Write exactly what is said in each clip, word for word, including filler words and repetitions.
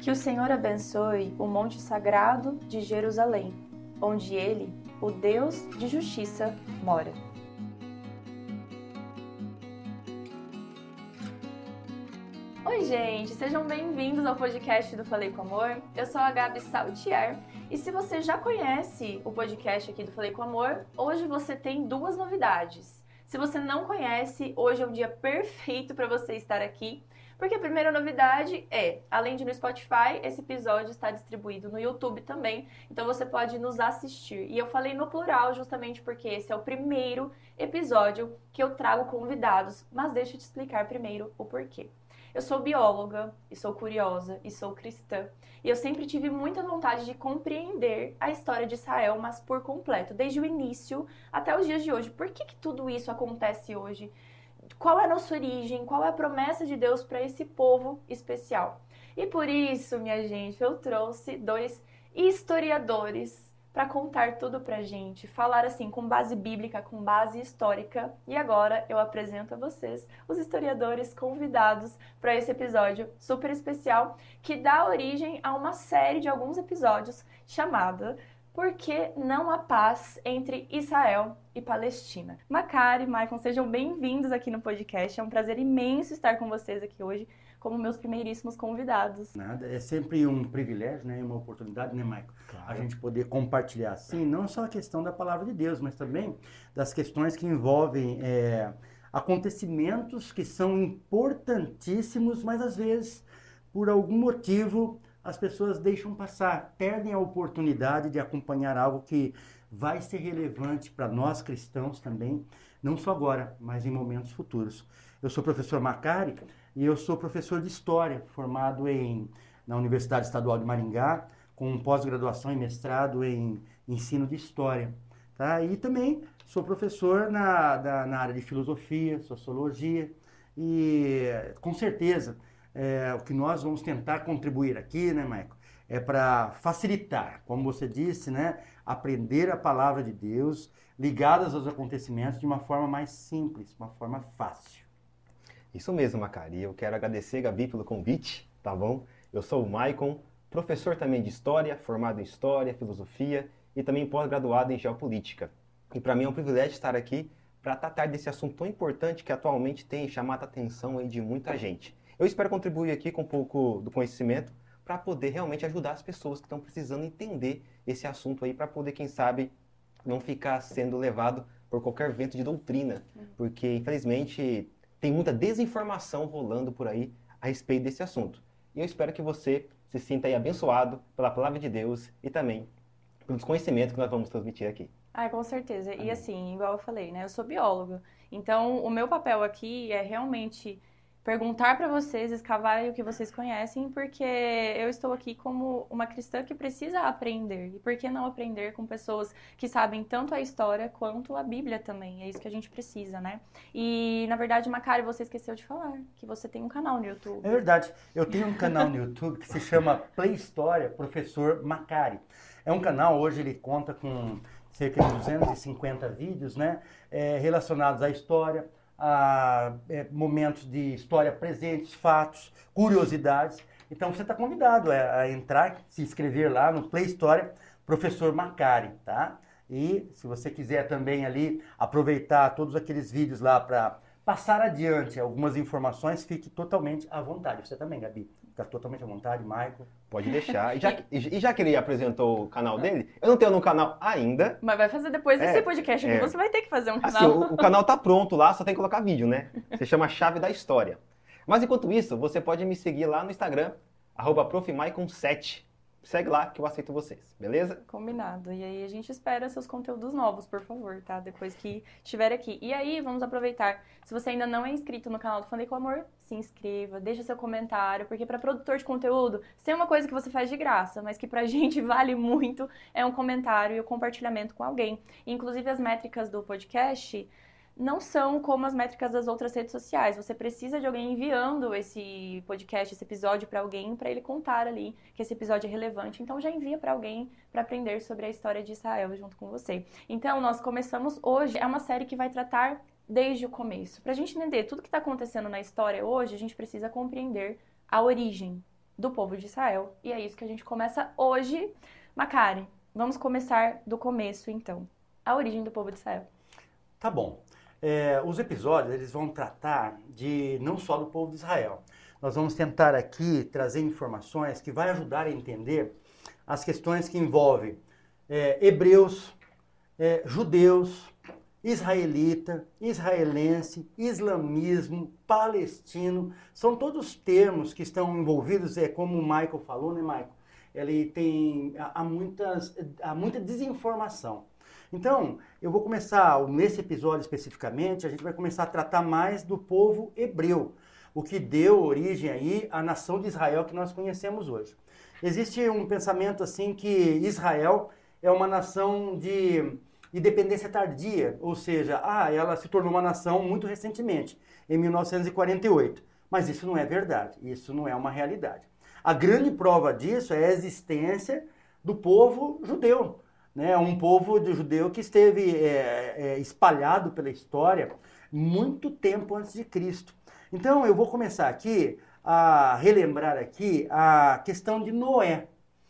Que o Senhor abençoe o Monte Sagrado de Jerusalém, onde Ele, o Deus de justiça, mora. Oi, gente! Sejam bem-vindos ao podcast do Falei com Amor. Eu sou a Gabi Saltier e se você já conhece o podcast aqui do Falei com Amor, hoje você tem duas novidades. Se você não conhece, hoje é um dia perfeito para você estar aqui, porque a primeira novidade é, além de no Spotify, esse episódio está distribuído no YouTube também, então você pode nos assistir. E eu falei no plural justamente porque esse é o primeiro episódio que eu trago convidados, mas deixa eu te explicar primeiro o porquê. Eu sou bióloga, e sou curiosa, e sou cristã, e eu sempre tive muita vontade de compreender a história de Israel, mas por completo, desde o início até os dias de hoje. Por que que tudo isso acontece hoje? Qual é a nossa origem? Qual é a promessa de Deus para esse povo especial? E por isso, minha gente, eu trouxe dois historiadores para contar tudo pra gente, falar assim com base bíblica, com base histórica. E agora eu apresento a vocês os historiadores convidados para esse episódio super especial que dá origem a uma série de alguns episódios chamada Por que não há paz entre Israel e Palestina? Macari, Maicon, sejam bem-vindos aqui no podcast. É um prazer imenso estar com vocês aqui hoje como meus primeiríssimos convidados. Nada, é sempre um privilégio, né, uma oportunidade, né, Maicon? Claro. A gente poder compartilhar, assim, não só a questão da palavra de Deus, mas também das questões que envolvem é, acontecimentos que são importantíssimos, mas às vezes, por algum motivo, as pessoas deixam passar, perdem a oportunidade de acompanhar algo que vai ser relevante para nós cristãos também, não só agora, mas em momentos futuros. Eu sou o professor Macari e eu sou professor de História, formado em, na Universidade Estadual de Maringá, com pós-graduação e mestrado em Ensino de História. Tá? E também sou professor na, da, na área de Filosofia, Sociologia e, com certeza, É, o que nós vamos tentar contribuir aqui, né, Maicon, é para facilitar, como você disse, né, aprender a palavra de Deus ligadas aos acontecimentos de uma forma mais simples, uma forma fácil. Isso mesmo, Macari. Eu quero agradecer, Gabi, pelo convite, tá bom? Eu sou o Maicon, professor também de História, formado em História, Filosofia e também pós-graduado em Geopolítica. E para mim é um privilégio estar aqui para tratar desse assunto tão importante que atualmente tem chamado a atenção aí de muita gente. Eu espero contribuir aqui com um pouco do conhecimento para poder realmente ajudar as pessoas que estão precisando entender esse assunto aí, para poder, quem sabe, não ficar sendo levado por qualquer vento de doutrina, porque, infelizmente, tem muita desinformação rolando por aí a respeito desse assunto. E eu espero que você se sinta aí abençoado pela palavra de Deus e também pelos conhecimentos que nós vamos transmitir aqui. Ah, com certeza. Amém. E assim, igual eu falei, né, eu sou bióloga, então o meu papel aqui é realmente perguntar para vocês, escavarem o que vocês conhecem, porque eu estou aqui como uma cristã que precisa aprender. E por que não aprender com pessoas que sabem tanto a história quanto a Bíblia também? É isso que a gente precisa, né? E, na verdade, Macari, você esqueceu de falar que você tem um canal no YouTube. É verdade. Eu tenho um canal no YouTube que se chama Play História Professor Macari. É um canal, hoje ele conta com cerca de duzentos e cinquenta vídeos, né? É, relacionados à história, a é, momentos de história presentes, fatos, curiosidades. Então você está convidado a, a entrar, se inscrever lá no Play História Professor Macari, tá? E se você quiser também ali aproveitar todos aqueles vídeos lá para passar adiante algumas informações, fique totalmente à vontade. Você também, Gabi? Fica totalmente à vontade, Maicon. Pode deixar. E já, e já que ele apresentou o canal dele, eu não tenho no canal ainda. Mas vai fazer depois desse é, podcast aqui, é. Você vai ter que fazer um canal. Assim, o, o canal tá pronto lá, só tem que colocar vídeo, né? Se chama Chave da História. Mas enquanto isso, você pode me seguir lá no Instagram, arroba prof maicon sete. Segue lá que eu aceito vocês, beleza? Combinado. E aí a gente espera seus conteúdos novos, por favor, tá? Depois que estiver aqui. E aí, vamos aproveitar. Se você ainda não é inscrito no canal do Falei com Amor, se inscreva, deixa seu comentário, porque para produtor de conteúdo, se tem uma coisa que você faz de graça, mas que pra gente vale muito, é um comentário e o compartilhamento com alguém. Inclusive, as métricas do podcast não são como as métricas das outras redes sociais. Você precisa de alguém enviando esse podcast, esse episódio para alguém, para ele contar ali que esse episódio é relevante. Então já envia para alguém para aprender sobre a história de Israel junto com você. Então nós começamos hoje, é uma série que vai tratar desde o começo. Para a gente entender tudo que está acontecendo na história hoje, a gente precisa compreender a origem. do povo de Israel. E é isso que a gente começa hoje. Macari, vamos começar do começo, então. A origem do povo de Israel. Tá bom. É, os episódios, eles vão tratar de não só do povo de Israel. Nós vamos tentar aqui trazer informações que vai ajudar a entender as questões que envolvem é, hebreus, é, judeus, israelita, israelense, islamismo, palestino. São todos termos que estão envolvidos, é como o Michael falou, né, Michael? Ele tem, há, muitas, há muita desinformação. Então, eu vou começar, nesse episódio especificamente, a gente vai começar a tratar mais do povo hebreu, o que deu origem aí à nação de Israel que nós conhecemos hoje. Existe um pensamento assim que Israel é uma nação de independência tardia, ou seja, ah, ela se tornou uma nação muito recentemente, em mil novecentos e quarenta e oito. Mas isso não é verdade, isso não é uma realidade. A grande prova disso é a existência do povo judeu, né? Um povo de judeu que esteve é, é, espalhado pela história muito tempo antes de Cristo. Então eu vou começar aqui a relembrar aqui a questão de Noé.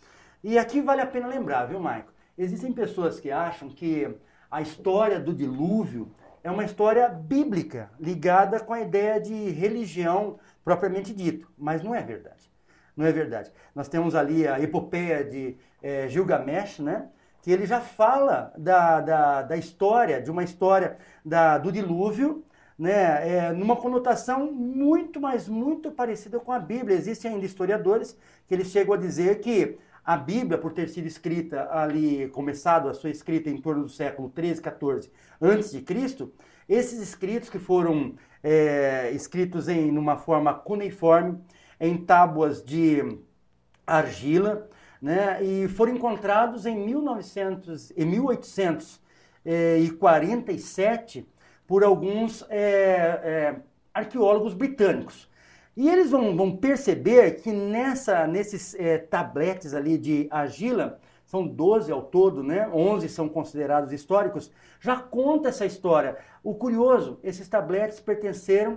E aqui vale a pena lembrar, viu, Maico? Existem pessoas que acham que a história do dilúvio é uma história bíblica, ligada com a ideia de religião propriamente dito, mas não é verdade. Não é verdade. Nós temos ali a epopeia de é, Gilgamesh, né? Que ele já fala da, da, da história, de uma história da, do dilúvio, né? É, numa conotação muito, mas muito parecida com a Bíblia. Existem ainda historiadores que eles chegam a dizer que a Bíblia, por ter sido escrita ali, começado a sua escrita em torno do século treze, quatorze antes de Cristo, esses escritos que foram é, escritos em numa forma cuneiforme, em tábuas de argila, né, e foram encontrados em, mil e novecentos, em mil oitocentos e quarenta e sete por alguns é, é, arqueólogos britânicos. E eles vão, vão perceber que nessa, nesses é, tabletes ali de argila, são doze ao todo, né? onze são considerados históricos, já conta essa história. O curioso, esses tabletes pertenceram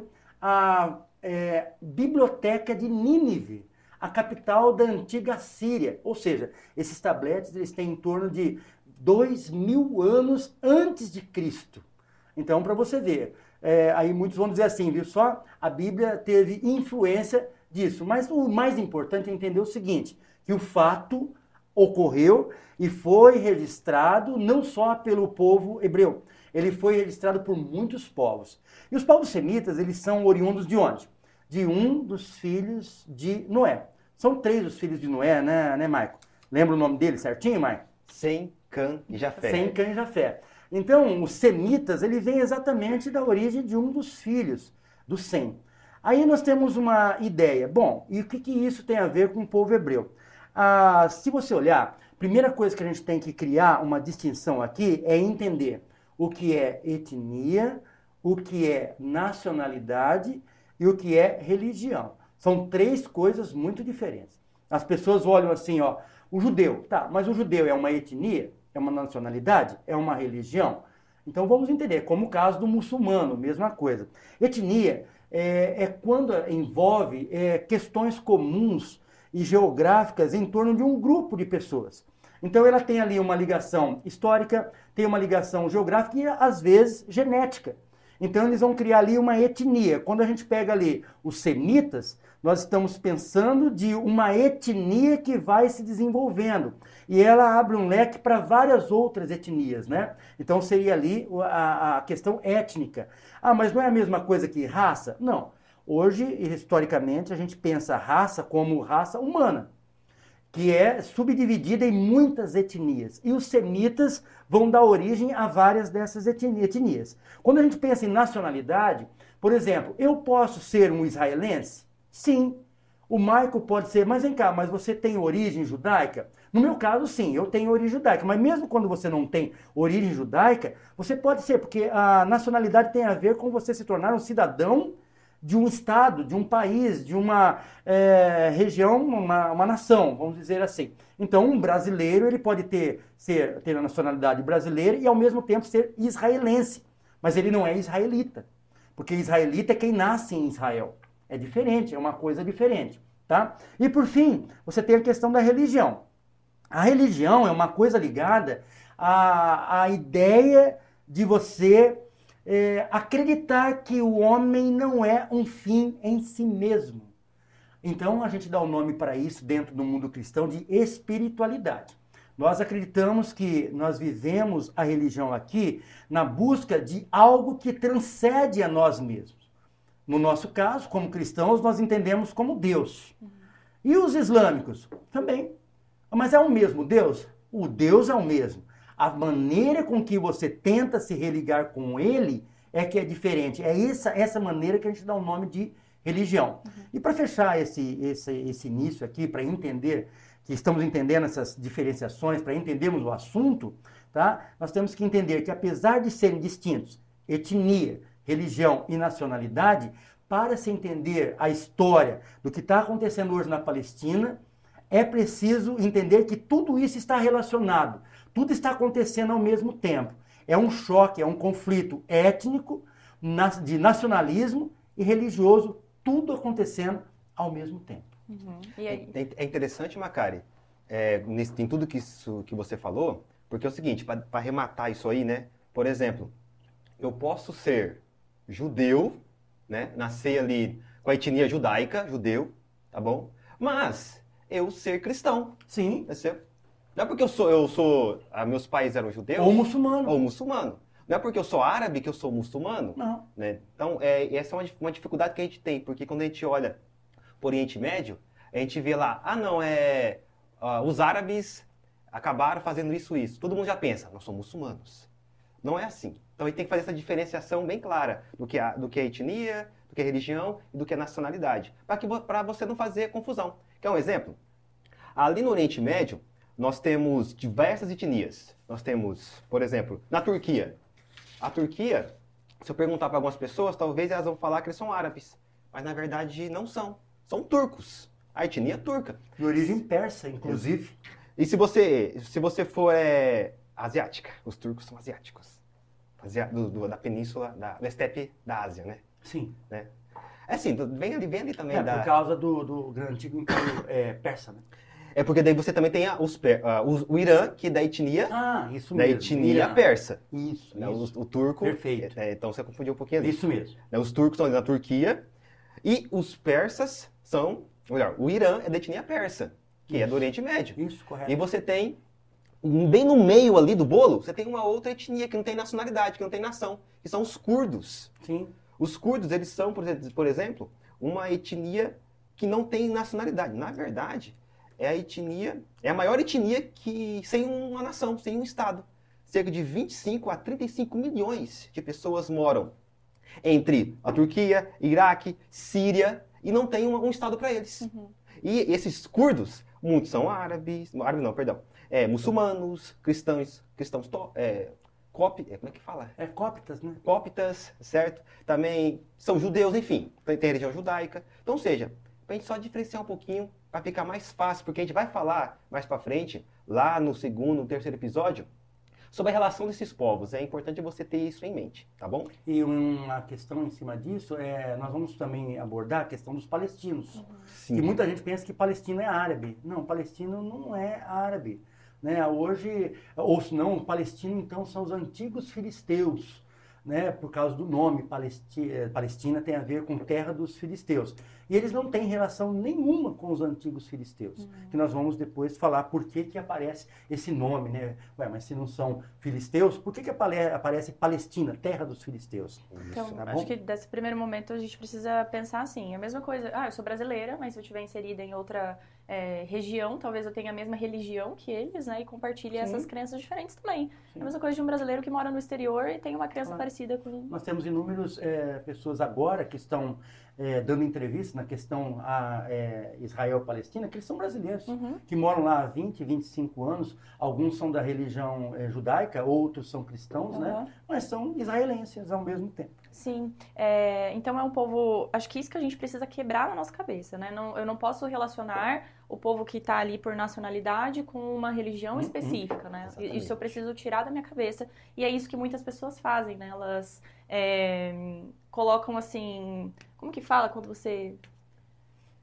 à é, Biblioteca de Nínive, a capital da antiga Síria. Ou seja, esses tabletes eles têm em torno de dois mil anos antes de Cristo. Então, para você ver, é, aí muitos vão dizer assim, viu só? A Bíblia teve influência disso. Mas o mais importante é entender o seguinte, que o fato ocorreu e foi registrado não só pelo povo hebreu, ele foi registrado por muitos povos. E os povos semitas, eles são oriundos de onde? De um dos filhos de Noé. São três os filhos de Noé, né, né, Maico? Lembra o nome dele certinho, Maico? Sem, Cã e Jafé. Sem, Cã e Jafé. Então, os semitas, ele vem exatamente da origem de um dos filhos, do Sem. Aí nós temos uma ideia. Bom, e o que, que isso tem a ver com o povo hebreu? Ah, se você olhar, a primeira coisa que a gente tem que criar uma distinção aqui é entender o que é etnia, o que é nacionalidade e o que é religião. São três coisas muito diferentes. As pessoas olham assim, ó, o judeu, tá, mas o judeu é uma etnia? É uma nacionalidade? É uma religião? Então vamos entender, como o caso do muçulmano, mesma coisa. Etnia é, é quando envolve é, questões comuns e geográficas em torno de um grupo de pessoas. Então ela tem ali uma ligação histórica, tem uma ligação geográfica e às vezes genética. Então eles vão criar ali uma etnia. Quando a gente pega ali os semitas, nós estamos pensando de uma etnia que vai se desenvolvendo. E ela abre um leque para várias outras etnias, né? Então seria ali a, a questão étnica. Ah, mas não é a mesma coisa que raça? Não. Hoje, historicamente, a gente pensa a raça como raça humana, que é subdividida em muitas etnias. E os semitas vão dar origem a várias dessas etnias. Quando a gente pensa em nacionalidade, por exemplo, eu posso ser um israelense? Sim. O Michael pode ser, mas vem cá, mas você tem origem judaica? No meu caso, sim, eu tenho origem judaica. Mas mesmo quando você não tem origem judaica, você pode ser, porque a nacionalidade tem a ver com você se tornar um cidadão de um estado, de um país, de uma é, região, uma, uma nação, vamos dizer assim. Então, um brasileiro ele pode ter, ser, ter a nacionalidade brasileira e, ao mesmo tempo, ser israelense. Mas ele não é israelita, porque israelita é quem nasce em Israel. É diferente, é uma coisa diferente. Tá? E por fim, você tem a questão da religião. A religião é uma coisa ligada à, à ideia de você é, acreditar que o homem não é um fim em si mesmo. Então a gente dá o nome para isso dentro do mundo cristão de espiritualidade. Nós acreditamos que nós vivemos a religião aqui na busca de algo que transcende a nós mesmos. No nosso caso, como cristãos, nós entendemos como Deus. Uhum. E os islâmicos? Também. Mas é o mesmo Deus? O Deus é o mesmo. A maneira com que você tenta se religar com ele é que é diferente. É essa, essa maneira que a gente dá o nome de religião. Uhum. E para fechar esse, esse, esse início aqui, para entender, que estamos entendendo essas diferenciações, para entendermos o assunto, tá? Nós temos que entender que apesar de serem distintos, etnia, religião e nacionalidade, para se entender a história do que está acontecendo hoje na Palestina, é preciso entender que tudo isso está relacionado, tudo está acontecendo ao mesmo tempo. É um choque, é um conflito étnico, de nacionalismo e religioso, tudo acontecendo ao mesmo tempo. Uhum. E aí? É, é interessante, Macari, é, nesse, em tudo que, isso, que você falou, porque é o seguinte, para arrematar isso aí, né? Por exemplo, eu posso ser judeu, né? Nascer ali com a etnia judaica, judeu, tá bom? Mas eu ser cristão. Sim. Não é porque eu sou, eu sou, ah, meus pais eram judeus. Ou muçulmano. Ou muçulmano. Não é porque eu sou árabe que eu sou muçulmano. Não. Né? Então, é, essa é uma, uma dificuldade que a gente tem, porque quando a gente olha para o Oriente Médio, a gente vê lá, ah não, é, uh, os árabes acabaram fazendo isso isso. Todo mundo já pensa, nós somos muçulmanos. Não é assim. Então a gente tem que fazer essa diferenciação bem clara do que, a, do que é etnia, do que é religião e do que é nacionalidade, para você não fazer confusão. Quer um exemplo? Ali no Oriente Médio, nós temos diversas etnias. Nós temos, por exemplo, na Turquia. A Turquia, se eu perguntar para algumas pessoas, talvez elas vão falar que eles são árabes. Mas na verdade não são. São turcos. A etnia turca. De origem persa, inclusive. E se você, se você for é, asiática, os turcos são asiáticos. Do, do, da península, da, da estepe da Ásia, né? Sim. Né? É assim, vem ali, vem ali também. É, da... por causa do, do antigo império é, persa, né? É porque daí você também tem a, os, uh, os, o Irã, que é da etnia, ah, isso da mesmo. etnia Irã. persa. Isso, né? isso. O, o turco. Perfeito. É, então você confundiu um pouquinho ali. Isso mesmo. Né? Os turcos são da Turquia e os persas são, melhor, o Irã é da etnia persa, que isso. é do Oriente Médio. Isso, correto. E você tem, bem no meio ali do bolo, você tem uma outra etnia que não tem nacionalidade, que não tem nação, que são os curdos. Sim. Os curdos, eles são, por exemplo, uma etnia que não tem nacionalidade. Na verdade, é a etnia, é a maior etnia que sem uma nação, sem um estado. Cerca de vinte e cinco a trinta e cinco milhões de pessoas moram entre a Turquia, Iraque, Síria, e não tem um, um estado para eles. Uhum. E esses curdos, muitos são árabes, árabes não, perdão, é, muçulmanos, cristãos, cristãos é, cop, é, como é que fala? É cóptas, né? Cóptas, certo? Também são judeus, enfim, tem a religião judaica. Então, ou seja, para a gente só diferenciar um pouquinho, para ficar mais fácil, porque a gente vai falar mais para frente, lá no segundo, no terceiro episódio, sobre a relação desses povos. É importante você ter isso em mente, tá bom? E uma questão em cima disso, é, nós vamos também abordar a questão dos palestinos. Sim. Que muita gente pensa que palestino é árabe. Não, palestino não é árabe. Né? Hoje, ou se não, palestino então são os antigos filisteus. Né, por causa do nome, Palestina, Palestina tem a ver com terra dos filisteus. E eles não têm relação nenhuma com os antigos filisteus, uhum. que nós vamos depois falar por que, que aparece esse nome. Né? Ué, mas se não são filisteus, por que, que aparece Palestina, terra dos filisteus? Então, tá acho que desse primeiro momento a gente precisa pensar assim, a mesma coisa, ah, eu sou brasileira, mas se eu estiver inserida em outra é, região, talvez eu tenha a mesma religião que eles, né, e compartilhe Sim. essas crenças diferentes também. Sim. É a mesma coisa de um brasileiro que mora no exterior e tem uma crença claro. parecida com... Nós temos inúmeras é, pessoas agora que estão é, dando entrevistas na questão a, é, Israel-Palestina, que eles são brasileiros, uhum. que moram lá há vinte, vinte e cinco anos, alguns são da religião é, judaica, outros são cristãos, uhum. né? Mas são israelenses ao mesmo tempo. Sim, é, então é um povo, acho que isso que a gente precisa quebrar na nossa cabeça, né? Não, eu não posso relacionar o povo que está ali por nacionalidade com uma religião uhum. específica, né? Exatamente. Isso eu preciso tirar da minha cabeça, e é isso que muitas pessoas fazem, né? Elas é, colocam assim, como que fala quando você...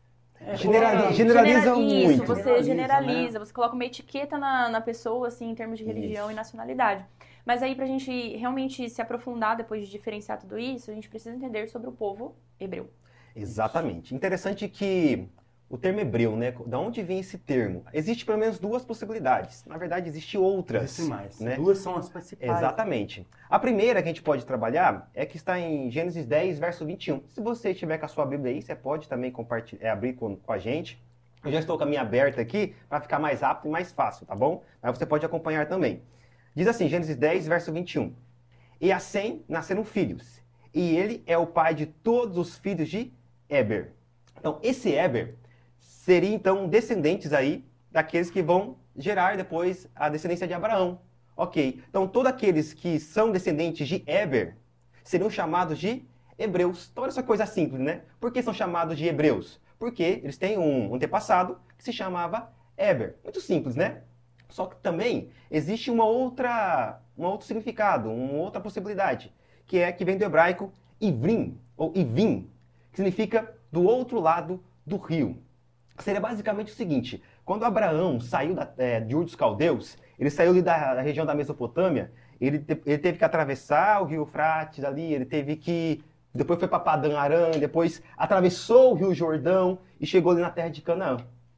Generali É, generaliza genera- muito. Isso, você Generaliza, generaliza, né? você coloca uma etiqueta na, na pessoa, assim, em termos de religião Isso. e nacionalidade. Mas aí, pra gente realmente se aprofundar depois de diferenciar tudo isso, a gente precisa entender sobre o povo hebreu. Exatamente. Interessante que o termo hebreu, né? Da onde vem esse termo? Existe pelo menos duas possibilidades. Na verdade, existe outras. Existem mais. Né? Duas são as principais. Exatamente. A primeira que a gente pode trabalhar é que está em Gênesis dez, verso vinte e um. Se você estiver com a sua Bíblia aí, você pode também compartilhar, é, abrir com, com a gente. Eu já estou com a minha aberta aqui para ficar mais rápido e mais fácil, tá bom? Mas você pode acompanhar também. Diz assim, Gênesis dez, verso vinte e um. E a Sem nasceram filhos, e ele é o pai de todos os filhos de Éber. Então, esse Éber seria, então, descendentes aí daqueles que vão gerar depois a descendência de Abraão. Ok. Então, todos aqueles que são descendentes de Éber seriam chamados de hebreus. Então, olha só que coisa simples, né? Por que são chamados de hebreus? Porque eles têm um antepassado que se chamava Éber. Muito simples, né? Só que também existe uma outra, um outro significado, uma outra possibilidade, que é que vem do hebraico Ivrim, ou Ivim, que significa do outro lado do rio. Seria basicamente o seguinte, quando Abraão saiu da, é, de Ur dos Caldeus, ele saiu ali da, da região da Mesopotâmia, ele, te, ele teve que atravessar o rio Eufrates ali, ele teve que... Depois foi para Padã Arã, depois atravessou o rio Jordão e chegou ali na terra de Canaã.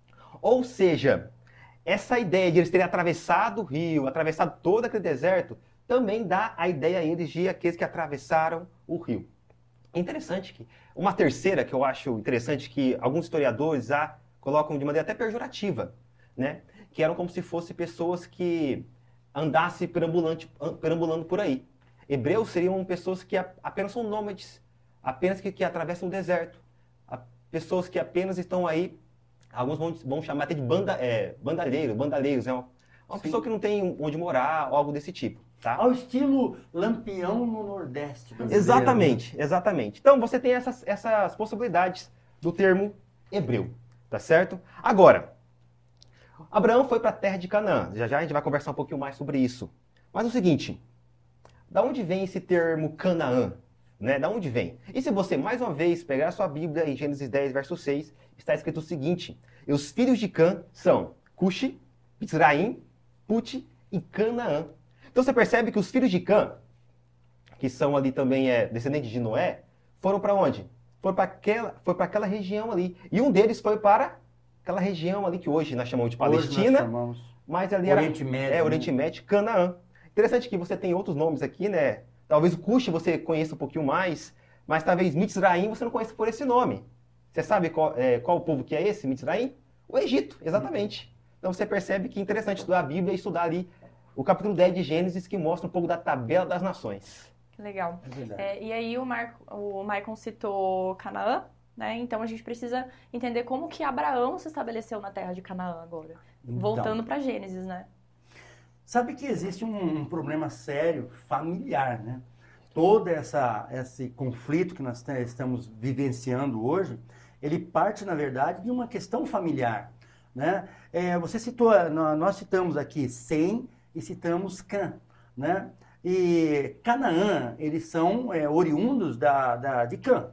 Ou seja, essa ideia de eles terem atravessado o rio, atravessado todo aquele deserto, também dá a ideia a eles de aqueles que atravessaram o rio. É interessante que uma terceira que eu acho interessante que alguns historiadores a colocam de maneira até pejorativa, né? Que eram como se fossem pessoas que andassem perambulante, perambulando por aí. Hebreus seriam pessoas que apenas são nômades, apenas que, que atravessam o deserto, pessoas que apenas estão aí, alguns vão, vão chamar até de banda, é, bandalheiro, bandaleiros, é uma, uma pessoa que não tem onde morar, ou algo desse tipo. Tá? Ao estilo Lampião no Nordeste brasileiro. Exatamente, exatamente. Então você tem essas, essas possibilidades do termo hebreu, tá certo? Agora, Abraão foi para a terra de Canaã. Já já a gente vai conversar um pouquinho mais sobre isso. Mas é o seguinte, da onde vem esse termo Canaã? Né? Da onde vem? E se você, mais uma vez, pegar a sua Bíblia em Gênesis dez, verso seis, está escrito o seguinte, e os filhos de Cã são Cuxi, Mizraim, Puti e Canaã. Então você percebe que os filhos de Cã, que são ali também é, descendentes de Noé, foram para onde? Foram para aquela, foi para aquela região ali. E um deles foi para aquela região ali que hoje nós chamamos de Palestina, mas ali era Oriente Médio, é, Oriente Médio, Canaã. Interessante que você tem outros nomes aqui, né? Talvez o Cuxi você conheça um pouquinho mais, mas talvez Mizraim você não conheça por esse nome. Você sabe qual, é, qual o povo que é esse, Mizraim? O Egito, exatamente. Então você percebe que é interessante estudar a Bíblia e estudar ali o capítulo dez de Gênesis, que mostra um pouco da tabela das nações. Que legal. É verdade. É, e aí o, Mar, o Maicon citou Canaã, né? Então a gente precisa entender como que Abraão se estabeleceu na terra de Canaã agora. Então, Voltando para Gênesis, né? sabe que existe um, um problema sério familiar, né? Todo essa, esse conflito que nós te- estamos vivenciando hoje, ele parte, na verdade, de uma questão familiar, né? É, você citou, nó- nós citamos aqui Sem e citamos Cã, né? E Canaã, eles são é, oriundos da, da, de Cã.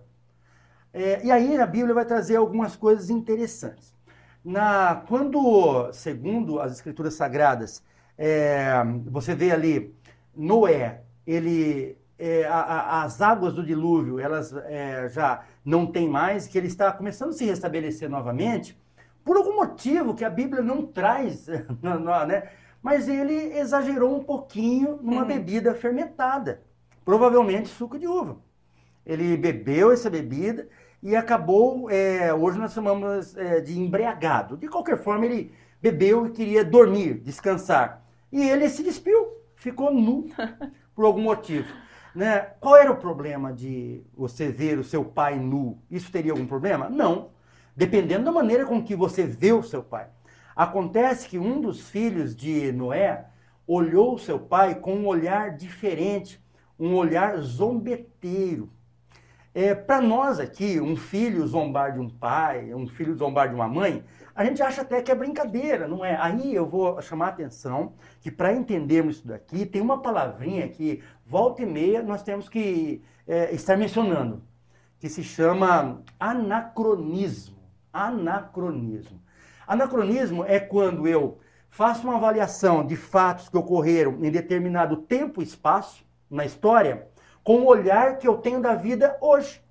É, e aí a Bíblia vai trazer algumas coisas interessantes. Na, quando, segundo as Escrituras Sagradas, é, você vê ali Noé, ele, é, a- a- as águas do dilúvio, elas é, já não tem mais, que ele está começando a se restabelecer novamente, por algum motivo que a Bíblia não traz, não- não, né? Mas ele exagerou um pouquinho numa Uhum. bebida fermentada, provavelmente suco de uva. Ele bebeu essa bebida e acabou, é, hoje nós chamamos é, de embriagado. De qualquer forma, ele bebeu e queria dormir, descansar. E ele se despiu, ficou nu por algum motivo. Né? Qual era o problema de você ver o seu pai nu? Isso teria algum problema? Não. Dependendo da maneira com que você vê o seu pai. Acontece que um dos filhos de Noé olhou o seu pai com um olhar diferente, um olhar zombeteiro. É, para nós aqui, um filho zombar de um pai, um filho zombar de uma mãe, a gente acha até que é brincadeira, não é? Aí eu vou chamar a atenção que para entendermos isso daqui, tem uma palavrinha que volta e meia nós temos que é, estar mencionando, que se chama anacronismo. anacronismo. Anacronismo é quando eu faço uma avaliação de fatos que ocorreram em determinado tempo e espaço na história com o olhar que eu tenho da vida hoje.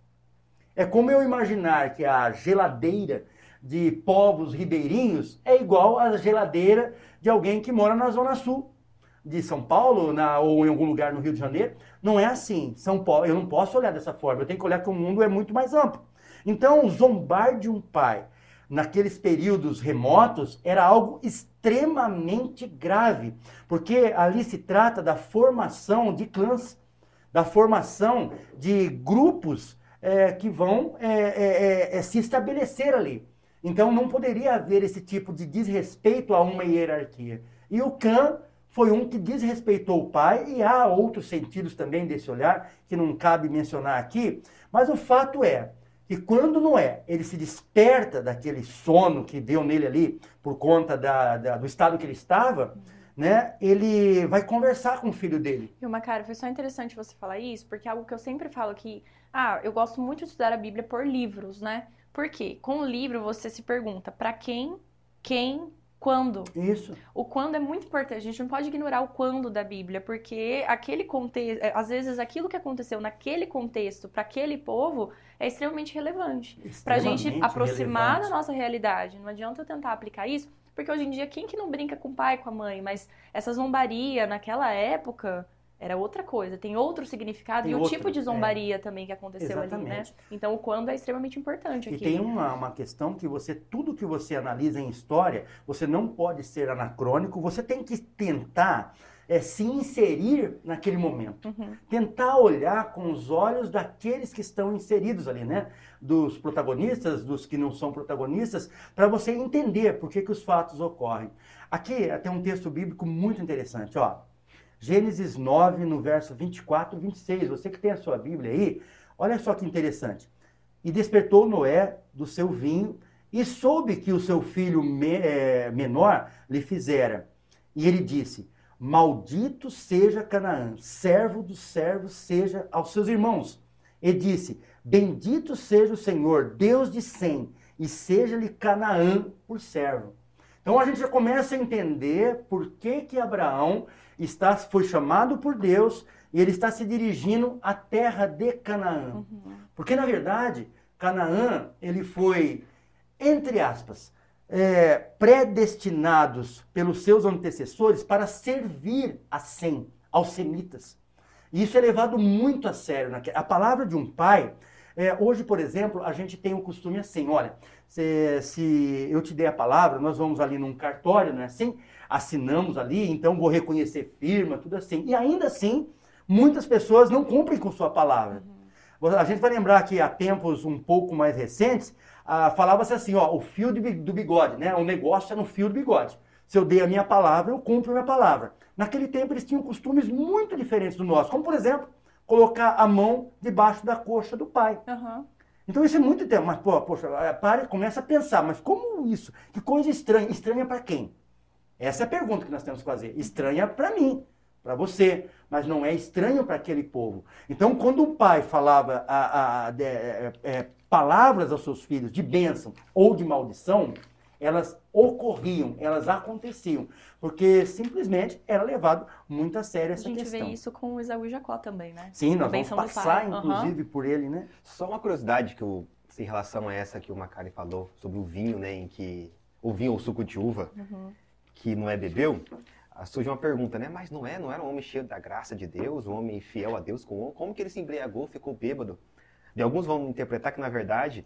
É como eu imaginar que a geladeira de povos ribeirinhos é igual à geladeira de alguém que mora na Zona Sul de São Paulo na, ou em algum lugar no Rio de Janeiro. Não é assim. São Paulo, eu não posso olhar dessa forma. Eu tenho que olhar que o mundo é muito mais amplo. Então, zombar de um pai naqueles períodos remotos era algo extremamente grave, porque ali se trata da formação de clãs, da formação de grupos é, que vão é, é, é, se estabelecer ali. Então não poderia haver esse tipo de desrespeito a uma hierarquia. E o Cã foi um que desrespeitou o pai, e há outros sentidos também desse olhar, que não cabe mencionar aqui, mas o fato é que quando Noé ele se desperta daquele sono que deu nele ali, por conta da, da, do estado que ele estava, né, ele vai conversar com o filho dele. E uma cara, foi só interessante você falar isso, porque é algo que eu sempre falo que, ah, eu gosto muito de estudar a Bíblia por livros, né? Por quê? Com o livro você se pergunta para quem, quem, quando. Isso. O quando é muito importante. A gente não pode ignorar o quando da Bíblia, porque aquele contexto, às vezes aquilo que aconteceu naquele contexto, para aquele povo, é extremamente relevante. Para a gente aproximar relevante. da nossa realidade. Não adianta eu tentar aplicar isso, porque hoje em dia, quem que não brinca com o pai, com a mãe? Mas essa zombaria, naquela época, era outra coisa. Tem outro significado Tem e o outro, tipo de zombaria é. também que aconteceu Exatamente. ali, né? Então, o quando é extremamente importante aqui. E tem uma, uma questão que você, tudo que você analisa em história, você não pode ser anacrônico, você tem que tentar é, se inserir naquele momento. Uhum. Tentar olhar com os olhos daqueles que estão inseridos ali, né? Dos protagonistas, dos que não são protagonistas, para você entender por que, que os fatos ocorrem. Aqui tem um texto bíblico muito interessante, ó. Gênesis nove, no verso vinte e quatro e vinte e seis. Você que tem a sua Bíblia aí, olha só que interessante. E despertou Noé do seu vinho e soube que o seu filho me, é, menor lhe fizera. E ele disse, maldito seja Canaã, servo dos servos seja aos seus irmãos. E disse, bendito seja o Senhor, Deus de Sem, e seja-lhe Canaã por servo. Então a gente já começa a entender por que que Abraão está, foi chamado por Deus e ele está se dirigindo à terra de Canaã. Uhum. Porque, na verdade, Canaã, ele foi, entre aspas, é, predestinados pelos seus antecessores para servir a Sem, aos semitas. E isso é levado muito a sério. A palavra de um pai, é, hoje, por exemplo, a gente tem o costume assim, olha, se, se eu te dei a palavra, nós vamos ali num cartório, não é assim? Assinamos ali, então vou reconhecer firma, tudo assim. E ainda assim, muitas pessoas não cumprem com sua palavra. Uhum. A gente vai lembrar que há tempos um pouco mais recentes, ah, falava-se assim, ó, o fio de, do bigode, né? O negócio é no fio do bigode. Se eu dei a minha palavra, eu cumpro a minha palavra. Naquele tempo eles tinham costumes muito diferentes do nosso, como por exemplo, colocar a mão debaixo da coxa do pai. Uhum. Então isso é muito tempo, mas pô, poxa, para, começa a pensar, mas como isso? Que coisa estranha. Estranha para quem? Essa é a pergunta que nós temos que fazer. Estranha para mim, para você, mas não é estranho para aquele povo. Então, quando o pai falava a, a, a, de, é, é, palavras aos seus filhos de bênção ou de maldição, elas ocorriam, elas aconteciam, porque simplesmente era levado muito a sério essa questão. A gente questão. vê isso com o Esaú e Jacó também, né? Sim, nós vamos passar, inclusive, uhum. por ele, né? Só uma curiosidade que eu, em relação a essa que o Macari falou, sobre o vinho, né, em que o vinho ou suco de uva, uhum. que Noé bebeu, surge uma pergunta, né? Mas Noé não era um homem cheio da graça de Deus, um homem fiel a Deus, como que ele se embriagou, ficou bêbado? E alguns vão interpretar que, na verdade,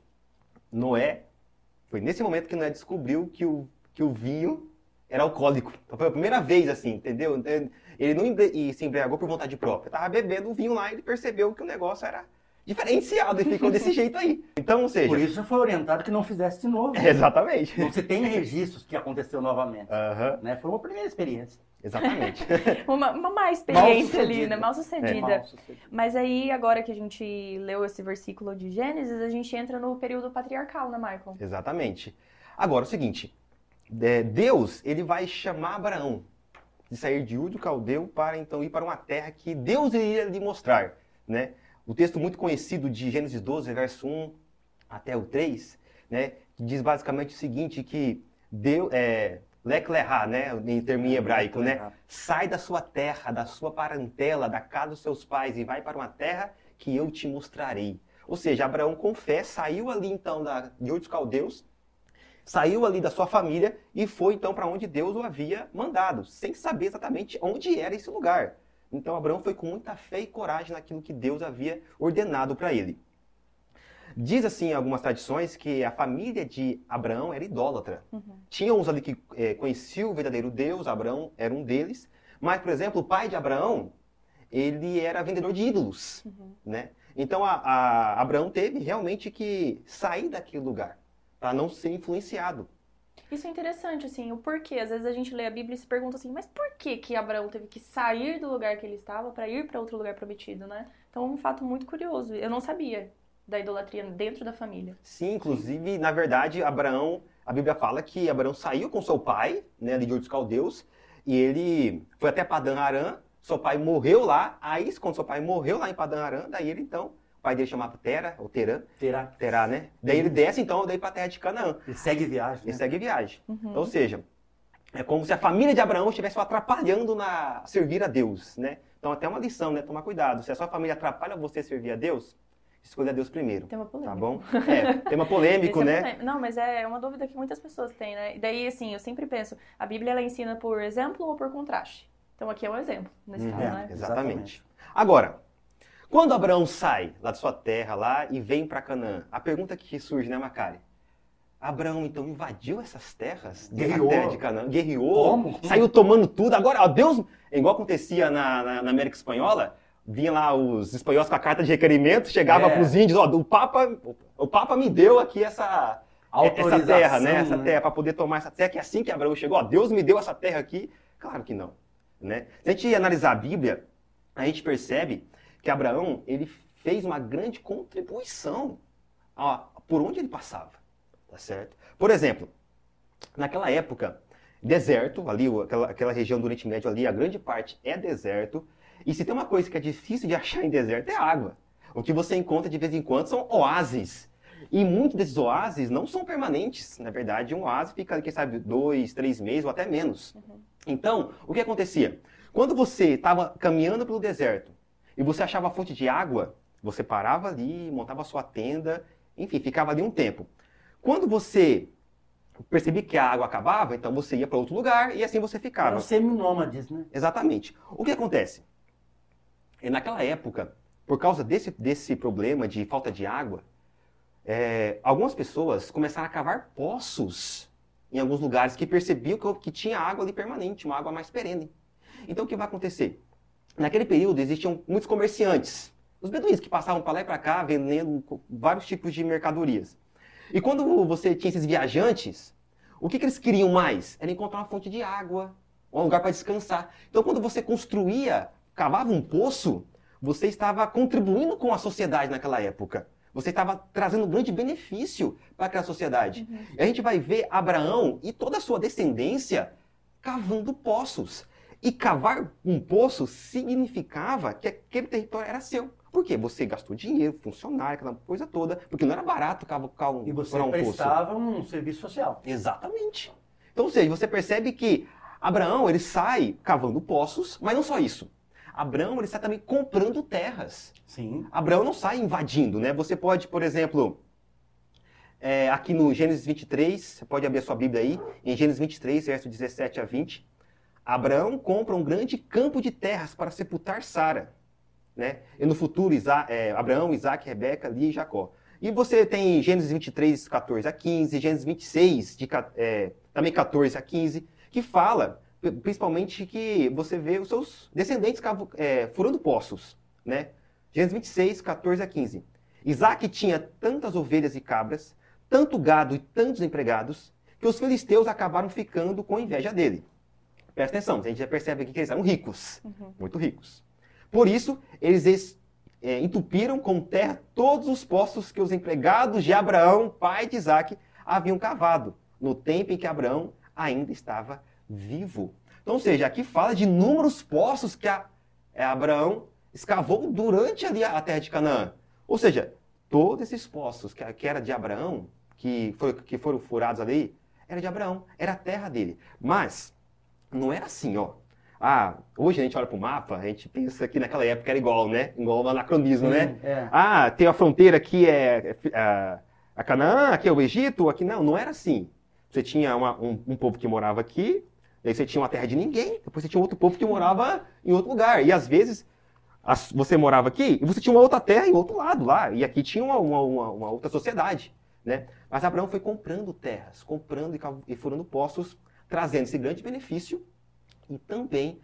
Noé, foi nesse momento que Noé descobriu que o, que o vinho era alcoólico. Então foi a primeira vez, assim, entendeu? Ele não embri- se embriagou por vontade própria. Estava bebendo o vinho lá e ele percebeu que o negócio era diferenciado e ficou desse jeito aí. Então, ou seja... Por isso já foi orientado que não fizesse de novo. Exatamente. Não se tem registros que aconteceu novamente. Uhum. Né? Foi uma primeira experiência. Exatamente. uma, uma má experiência ali, né? Mal sucedida. É. Mal sucedida. Mas aí, agora que a gente leu esse versículo de Gênesis, a gente entra no período patriarcal, né, Michael? Exatamente. Agora, o seguinte, Deus, ele vai chamar Abraão de sair de Ur do Caldeu para, então, ir para uma terra que Deus iria lhe mostrar, né? O texto muito conhecido de Gênesis doze, verso um até o três, né? diz basicamente o seguinte, que Deus, é, lek leha, né, em termo em hebraico, né? Sai da sua terra, da sua parentela, da casa dos seus pais e vai para uma terra que eu te mostrarei. Ou seja, Abraão com fé saiu ali então da, de Ur dos Caldeus, saiu ali da sua família e foi então para onde Deus o havia mandado, sem saber exatamente onde era esse lugar. Então Abraão foi com muita fé e coragem naquilo que Deus havia ordenado para ele. Diz assim em algumas tradições que a família de Abraão era idólatra. Uhum. Tinha uns ali que é, conheciam o verdadeiro Deus, Abraão era um deles, mas, por exemplo, o pai de Abraão, ele era vendedor de ídolos. Uhum. Né? Então a, a Abraão teve realmente que sair daquele lugar, para não ser influenciado. Isso é interessante, assim, o porquê. Às vezes a gente lê a Bíblia e se pergunta assim, mas por que que Abraão teve que sair do lugar que ele estava para ir para outro lugar prometido, né? Então é um fato muito curioso. Eu não sabia da idolatria dentro da família. Sim, inclusive, na verdade, Abraão, a Bíblia fala que Abraão saiu com seu pai, né, ali de Ur dos Caldeus, e ele foi até Padã Arã, seu pai morreu lá, aí quando seu pai morreu lá em Padã Arã, daí ele então, o pai dele chamava Tera, ou Terã. Terá. Terá, né? Daí ele desce então, daí pra terra de Canaã. Ele segue viagem, né? Ele segue viagem. Uhum. Ou seja, é como se a família de Abraão estivesse atrapalhando na servir a Deus, né? Então até uma lição, né? Tomar cuidado. Se a sua família atrapalha você servir a Deus, escolha Deus primeiro. Tema polêmico. Tá bom? É, tema polêmico, é né? Polêmico. Não, mas é uma dúvida que muitas pessoas têm, né? E daí, assim, eu sempre penso, a Bíblia, ela ensina por exemplo ou por contraste? Então aqui é um exemplo, nesse Hum, caso, é, né? Exatamente. Agora, quando Abraão sai lá de sua terra lá e vem para Canaã, a pergunta que surge, né, Macari? Abraão, então, invadiu essas terras? Guerreou. Terra de Canaã? Guerreou? Como? Saiu tomando tudo? Agora, ó, Deus, igual acontecia na, na, na América Espanhola, vinha lá os espanhóis com a carta de requerimento, chegava É. para os índios, ó, o Papa, o Papa me deu aqui essa, essa terra, né? Essa né? terra, para poder tomar essa terra, que é assim que Abraão chegou, ó, Deus me deu essa terra aqui. Claro que não, né? Se a gente analisar a Bíblia, a gente percebe que Abraão, ele fez uma grande contribuição, ó, por onde ele passava, tá certo? Por exemplo, naquela época, deserto, ali, aquela, aquela região do Oriente Médio ali, a grande parte é deserto. E se tem uma coisa que é difícil de achar em deserto é água. O que você encontra de vez em quando são oásis. E muitos desses oásis não são permanentes. Na verdade, um oásis fica, quem sabe, dois, três meses ou até menos. Uhum. Então, o que acontecia? Quando você estava caminhando pelo deserto e você achava a fonte de água, você parava ali, montava a sua tenda, enfim, ficava ali um tempo. Quando você percebia que a água acabava, então você ia para outro lugar e assim você ficava. Eram seminômades, né? Exatamente. O que acontece? E naquela época, por causa desse, desse problema de falta de água, é, algumas pessoas começaram a cavar poços em alguns lugares que percebiam que, que tinha água ali permanente, uma água mais perene. Então o que vai acontecer? Naquele período existiam muitos comerciantes, os beduínos que passavam para lá e para cá vendendo vários tipos de mercadorias. E quando você tinha esses viajantes, o que, que eles queriam mais? Era encontrar uma fonte de água, um lugar para descansar. Então quando você construía, cavava um poço, você estava contribuindo com a sociedade naquela época. Você estava trazendo um grande benefício para aquela sociedade. Uhum. E a gente vai ver Abraão e toda a sua descendência cavando poços. E cavar um poço significava que aquele território era seu. Por quê? Você gastou dinheiro, funcionário, aquela coisa toda, porque não era barato cavar um, e você um prestava poço. um serviço social. Exatamente. Então, ou seja, você percebe que Abraão, ele sai cavando poços, mas não só isso. Abraão, ele sai também comprando terras. Sim. Abraão não sai invadindo, né? Você pode, por exemplo, é, aqui no Gênesis vinte e três, você pode abrir a sua Bíblia aí, em Gênesis vinte e três, versos dezessete a vinte, Abraão compra um grande campo de terras para sepultar Sara, né? E no futuro, Isa, é, Abraão, Isaac, Rebeca, Lia e Jacó. E você tem Gênesis vinte e três, catorze a quinze, Gênesis vinte e seis, de, é, também catorze a quinze, que fala, principalmente, que você vê os seus descendentes é, furando poços, né? Gênesis vinte e seis, catorze a quinze. Isaac tinha tantas ovelhas e cabras, tanto gado e tantos empregados, que os filisteus acabaram ficando com inveja dele. Presta atenção, a gente já percebe aqui que eles eram ricos, uhum. muito ricos. Por isso, eles é, entupiram com terra todos os poços que os empregados de Abraão, pai de Isaac, haviam cavado, no tempo em que Abraão ainda estava vivo. Então, ou seja, aqui fala de inúmeros poços que a, é, Abraão escavou durante ali a terra de Canaã. Ou seja, todos esses poços que, que era de Abraão que, foi, que foram furados ali, era de Abraão, era a terra dele. Mas não era assim, ó. Ah, hoje a gente olha para o mapa, a gente pensa que naquela época era igual, né? Igual o anacronismo, Sim, né? É. Ah, tem a fronteira aqui, é, é a, a Canaã, aqui é o Egito, aqui não, não era assim. Você tinha uma, um, um povo que morava aqui, aí você tinha uma terra de ninguém, depois você tinha outro povo que morava em outro lugar. E às vezes as, você morava aqui e você tinha uma outra terra em outro lado lá, e aqui tinha uma, uma, uma, uma outra sociedade, né? Mas Abraão foi comprando terras, comprando e, e furando poços, trazendo esse grande benefício e também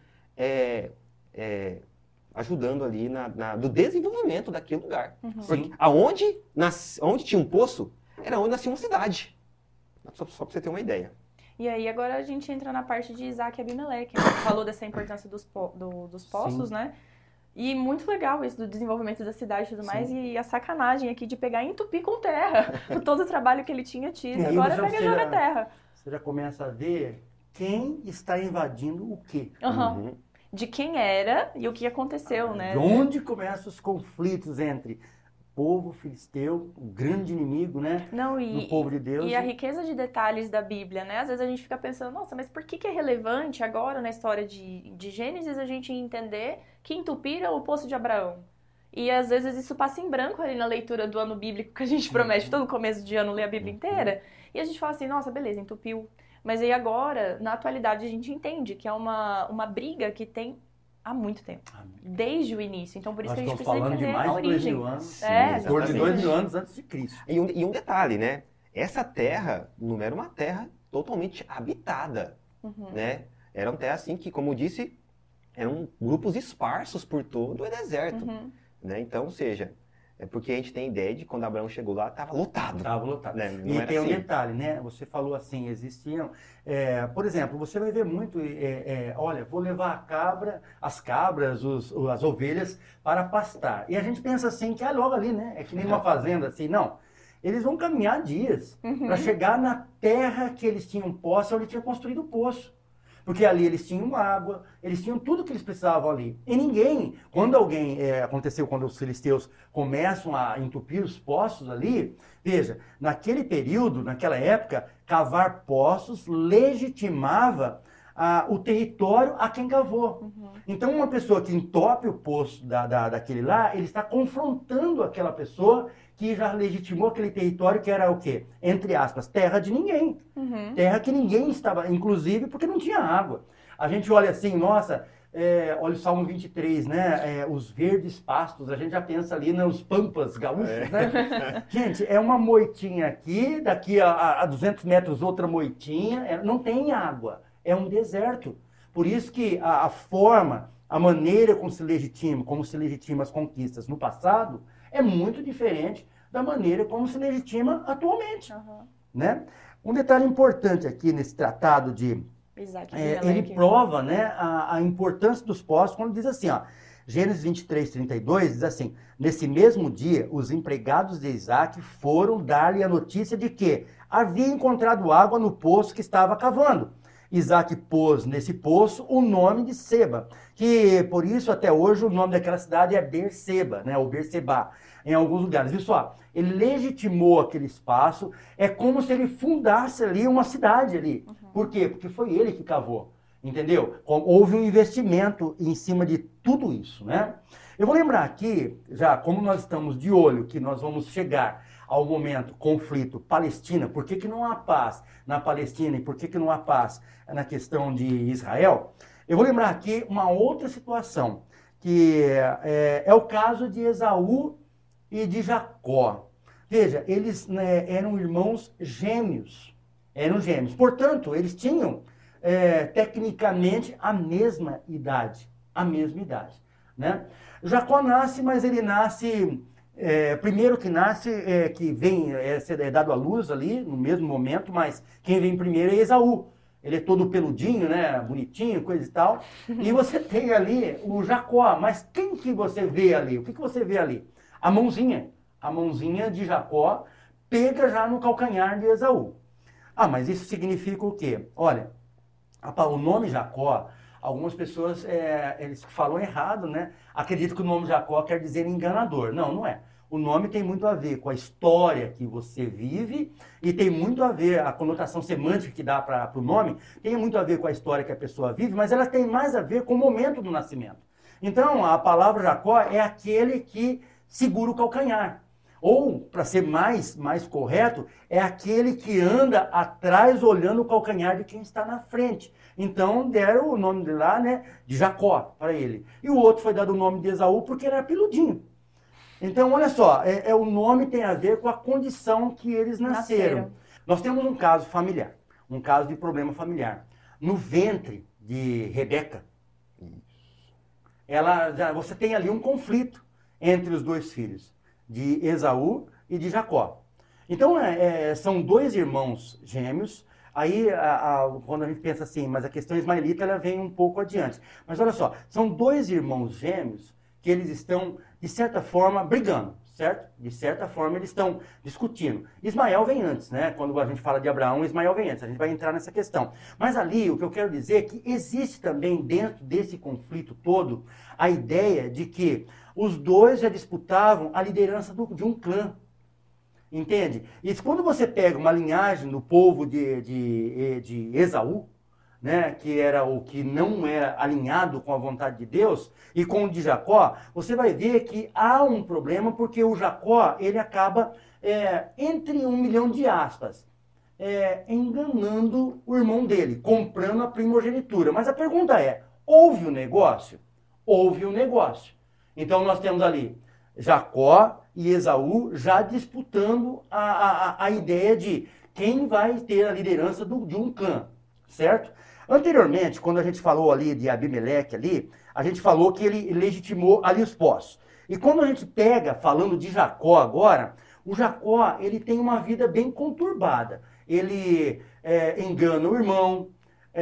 é, é, ajudando ali na, na, no desenvolvimento daquele lugar. Uhum. Porque aonde, nas, onde tinha um poço, era onde nascia uma cidade. Só, só para você ter uma ideia. E aí agora a gente entra na parte de Isaac e Abimeleque, né? Falou dessa importância dos, po, do, dos poços, Sim. né? E muito legal isso do desenvolvimento da cidade e tudo mais, Sim. e a sacanagem aqui de pegar e entupir com terra todo o trabalho que ele tinha tido. Agora pega e joga terra. Você já começa a ver quem está invadindo o quê. Uhum. Uhum. De quem era e o que aconteceu, ah, né? De onde começam os conflitos entre povo filisteu, o grande inimigo, né? Não, e, do povo de Deus. E a riqueza de detalhes da Bíblia, né? Às vezes a gente fica pensando, nossa, mas por que, que é relevante agora na história de, de Gênesis a gente entender que entupiram o poço de Abraão? E às vezes isso passa em branco ali na leitura do ano bíblico que a gente promete todo começo de ano ler a Bíblia inteira. E a gente fala assim, nossa, beleza, entupiu. Mas aí agora, na atualidade, a gente entende que é uma, uma briga que tem há muito tempo. Desde o início. Então, por isso Nós que a gente precisa entender de mais a origem. De dois mil anos. Sim, é, de dois mil anos antes de Cristo. E um, e um detalhe, né? Essa terra não era uma terra totalmente habitada, uhum. né? Era uma terra, assim, que, como eu disse, eram grupos esparsos por todo o deserto. Uhum. Né? Então, ou seja, é porque a gente tem ideia de quando Abraão chegou lá, estava lotado. Estava lotado. Né? E tem assim. um detalhe, né? Você falou assim, existiam... É, por exemplo, você vai ver muito... É, é, olha, vou levar a cabra, as cabras, os, as ovelhas para pastar. E a gente pensa assim, que é logo ali, né? É que nem uma fazenda, assim. Não. Eles vão caminhar dias uhum. para chegar na terra que eles tinham posse, onde tinha construído o poço. Porque ali eles tinham água, eles tinham tudo que eles precisavam ali. E ninguém, quando alguém, é, aconteceu quando os filisteus começam a entupir os poços ali, veja, naquele período, naquela época, cavar poços legitimava ah, o território a quem cavou. Uhum. Então uma pessoa que entope o poço da, da, daquele lá, ele está confrontando aquela pessoa que já legitimou aquele território que era o quê? Entre aspas, terra de ninguém. Uhum. Terra que ninguém estava, inclusive porque não tinha água. A gente olha assim, nossa, é, olha o Salmo vinte e três, né? É, os verdes pastos, a gente já pensa ali nos pampas gaúchos, é. né? Gente, é uma moitinha aqui, daqui a, a duzentos metros outra moitinha, é, não tem água, é um deserto. Por isso que a, a forma, a maneira como se legitima, como se legitima as conquistas no passado, é muito diferente da maneira como se legitima atualmente. Uhum. Né? Um detalhe importante aqui nesse tratado de... Exato, é, ele prova, né, a, a importância dos poços quando diz assim, ó, Gênesis vinte e três, trinta e dois diz assim, nesse mesmo dia, os empregados de Isaac foram dar-lhe a notícia de que havia encontrado água no poço que estava cavando. Isaac pôs nesse poço o nome de Seba, que por isso até hoje o nome daquela cidade é Berseba, né, ou Berseba, em alguns lugares. Viu só? Ele legitimou aquele espaço, é como se ele fundasse ali uma cidade ali. Uhum. Por quê? Porque foi ele que cavou, entendeu? Houve um investimento em cima de tudo isso, né? Eu vou lembrar aqui, já como nós estamos de olho, que nós vamos chegar ao momento conflito Palestina, por que que não há paz na Palestina e por que que não há paz na questão de Israel? Eu vou lembrar aqui uma outra situação, que é, é o caso de Esaú e de Jacó. Veja, eles né, eram irmãos gêmeos, eram gêmeos. Portanto, eles tinham é, tecnicamente a mesma idade, a mesma idade, né? Jacó nasce, mas ele nasce... É, primeiro que nasce, é, que vem, é, é dado à luz ali, no mesmo momento, mas quem vem primeiro é Esaú. Ele é todo peludinho, né, bonitinho, coisa e tal. E você tem ali o Jacó, mas quem que você vê ali? O que, que você vê ali? A mãozinha. A mãozinha de Jacó pega já no calcanhar de Esaú. Ah, mas isso significa o quê? Olha, o nome Jacó... Algumas pessoas, é, eles falam errado, né? Acreditam que o nome Jacó quer dizer enganador. Não, não é. O nome tem muito a ver com a história que você vive e tem muito a ver, a conotação semântica que dá para o nome, tem muito a ver com a história que a pessoa vive, mas ela tem mais a ver com o momento do nascimento. Então, a palavra Jacó é aquele que segura o calcanhar. Ou, para ser mais, mais correto, é aquele que anda atrás olhando o calcanhar de quem está na frente. Então, deram o nome de lá, né, de Jacó para ele. E o outro foi dado o nome de Esaú porque ele era peludinho. Então, olha só, é, é, o nome tem a ver com a condição que eles nasceram. nasceram. Nós temos um caso familiar, um caso de problema familiar. No ventre de Rebeca, ela, já, você tem ali um conflito entre os dois filhos, de Esaú e de Jacó. Então, é, é, são dois irmãos gêmeos. Aí, a, a, quando a gente pensa assim, mas a questão ismaelita, ela vem um pouco adiante. Mas olha só, são dois irmãos gêmeos que eles estão, de certa forma, brigando, certo? De certa forma, eles estão discutindo. Ismael vem antes, né? Quando a gente fala de Abraão, Ismael vem antes. A gente vai entrar nessa questão. Mas ali, o que eu quero dizer é que existe também, dentro desse conflito todo, a ideia de que os dois já disputavam a liderança do, de um clã. Entende? E quando você pega uma linhagem do povo de, de, de Esaú, né, que era o que não era alinhado com a vontade de Deus, e com o de Jacó, você vai ver que há um problema, porque o Jacó, ele acaba, é, entre um milhão de aspas, é, enganando o irmão dele, comprando a primogenitura. Mas a pergunta é, houve o negócio? Houve o negócio. Então nós temos ali Jacó e Esaú já disputando a, a, a ideia de quem vai ter a liderança do, de um clã, certo? Anteriormente, quando a gente falou ali de Abimeleque ali, a gente falou que ele legitimou ali os poços. E quando a gente pega, falando de Jacó agora, o Jacó, ele tem uma vida bem conturbada. Ele é, engana o irmão,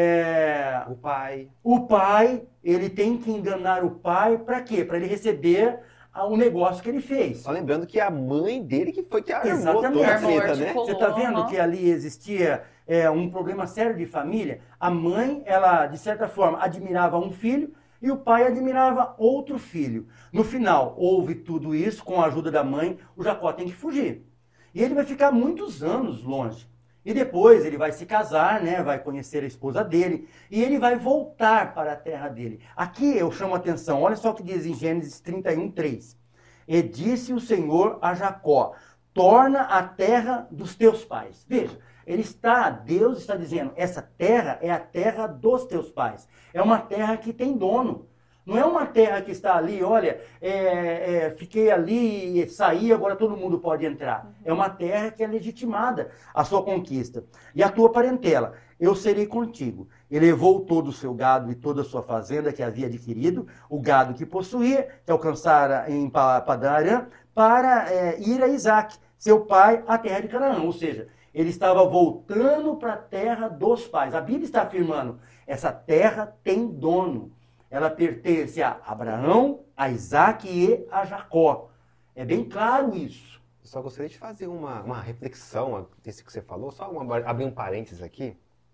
é, o pai. O pai, ele tem que enganar o pai para quê? Para ele receber o negócio que ele fez. Só lembrando que é a mãe dele que foi que armou Exatamente. toda a treta, né? Você está vendo que ali existia é, um problema sério de família? A mãe, ela, de certa forma, admirava um filho e o pai admirava outro filho. No final, houve tudo isso, com a ajuda da mãe, o Jacó tem que fugir. E ele vai ficar muitos anos longe. E depois ele vai se casar, né, vai conhecer a esposa dele, e ele vai voltar para a terra dele. Aqui eu chamo a atenção, olha só o que diz em Gênesis trinta e um, três. E disse o Senhor a Jacó, torna a terra dos teus pais. Veja, ele está, Deus está dizendo, essa terra é a terra dos teus pais. É uma terra que tem dono. Não é uma terra que está ali, olha, é, é, fiquei ali e saí, agora todo mundo pode entrar. Uhum. É uma terra que é legitimada a sua conquista. E a tua parentela, eu serei contigo. Ele levou todo o seu gado e toda a sua fazenda que havia adquirido, o gado que possuía, que alcançara em Padã Arã, para é, ir a Isaac, seu pai, à terra de Canaã. Ou seja, ele estava voltando para a terra dos pais. A Bíblia está afirmando, essa terra tem dono. Ela pertence a Abraão, a Isaac e a Jacó. É bem claro isso. Só gostaria de fazer uma, uma reflexão desse que você falou, só uma, abrir um parênteses aqui.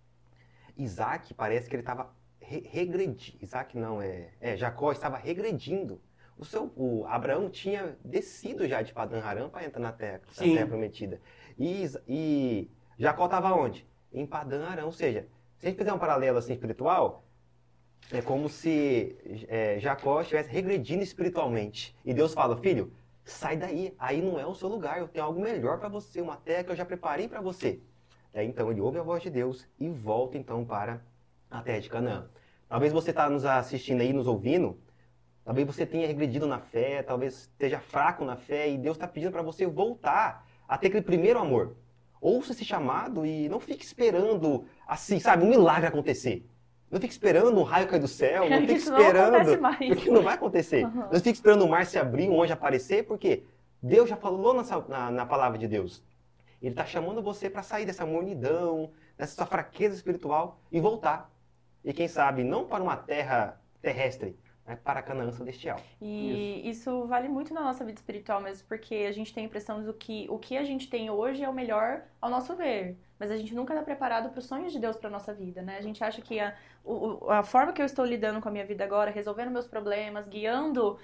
Isaac parece que ele estava re regredindo. Isaac não, é, é Jacó estava regredindo. O, seu, o Abraão tinha descido já de Padã Arã para entrar na terra, na terra prometida. E, e Jacó estava onde? Em Padã Arã. Ou seja, se a gente fizer um paralelo assim espiritual, é como se é, Jacó estivesse regredindo espiritualmente. E Deus fala, filho, sai daí, aí não é o seu lugar, eu tenho algo melhor para você, uma terra que eu já preparei para você. É, então ele ouve a voz de Deus e volta então para a terra de Canaã. Talvez você está nos assistindo aí, nos ouvindo, talvez você tenha regredido na fé, talvez esteja fraco na fé e Deus está pedindo para você voltar a ter aquele primeiro amor. Ouça esse chamado e não fique esperando, assim, sabe, um milagre acontecer. Não fique esperando um raio cair do céu, não fique esperando, não porque não vai acontecer. Uhum. Não fique esperando o mar se abrir, um anjo aparecer, porque Deus já falou nessa, na, na palavra de Deus. Ele está chamando você para sair dessa mornidão, dessa sua fraqueza espiritual e voltar. E quem sabe, não para uma terra terrestre, mas para a Canaã celestial. E isso. isso vale muito na nossa vida espiritual mesmo, porque a gente tem a impressão de que o que a gente tem hoje é o melhor ao nosso ver. mas a gente nunca está preparado para os sonhos de Deus para nossa vida, né? A gente acha que a, o, a forma que eu estou lidando com a minha vida agora, resolvendo meus problemas, guiando,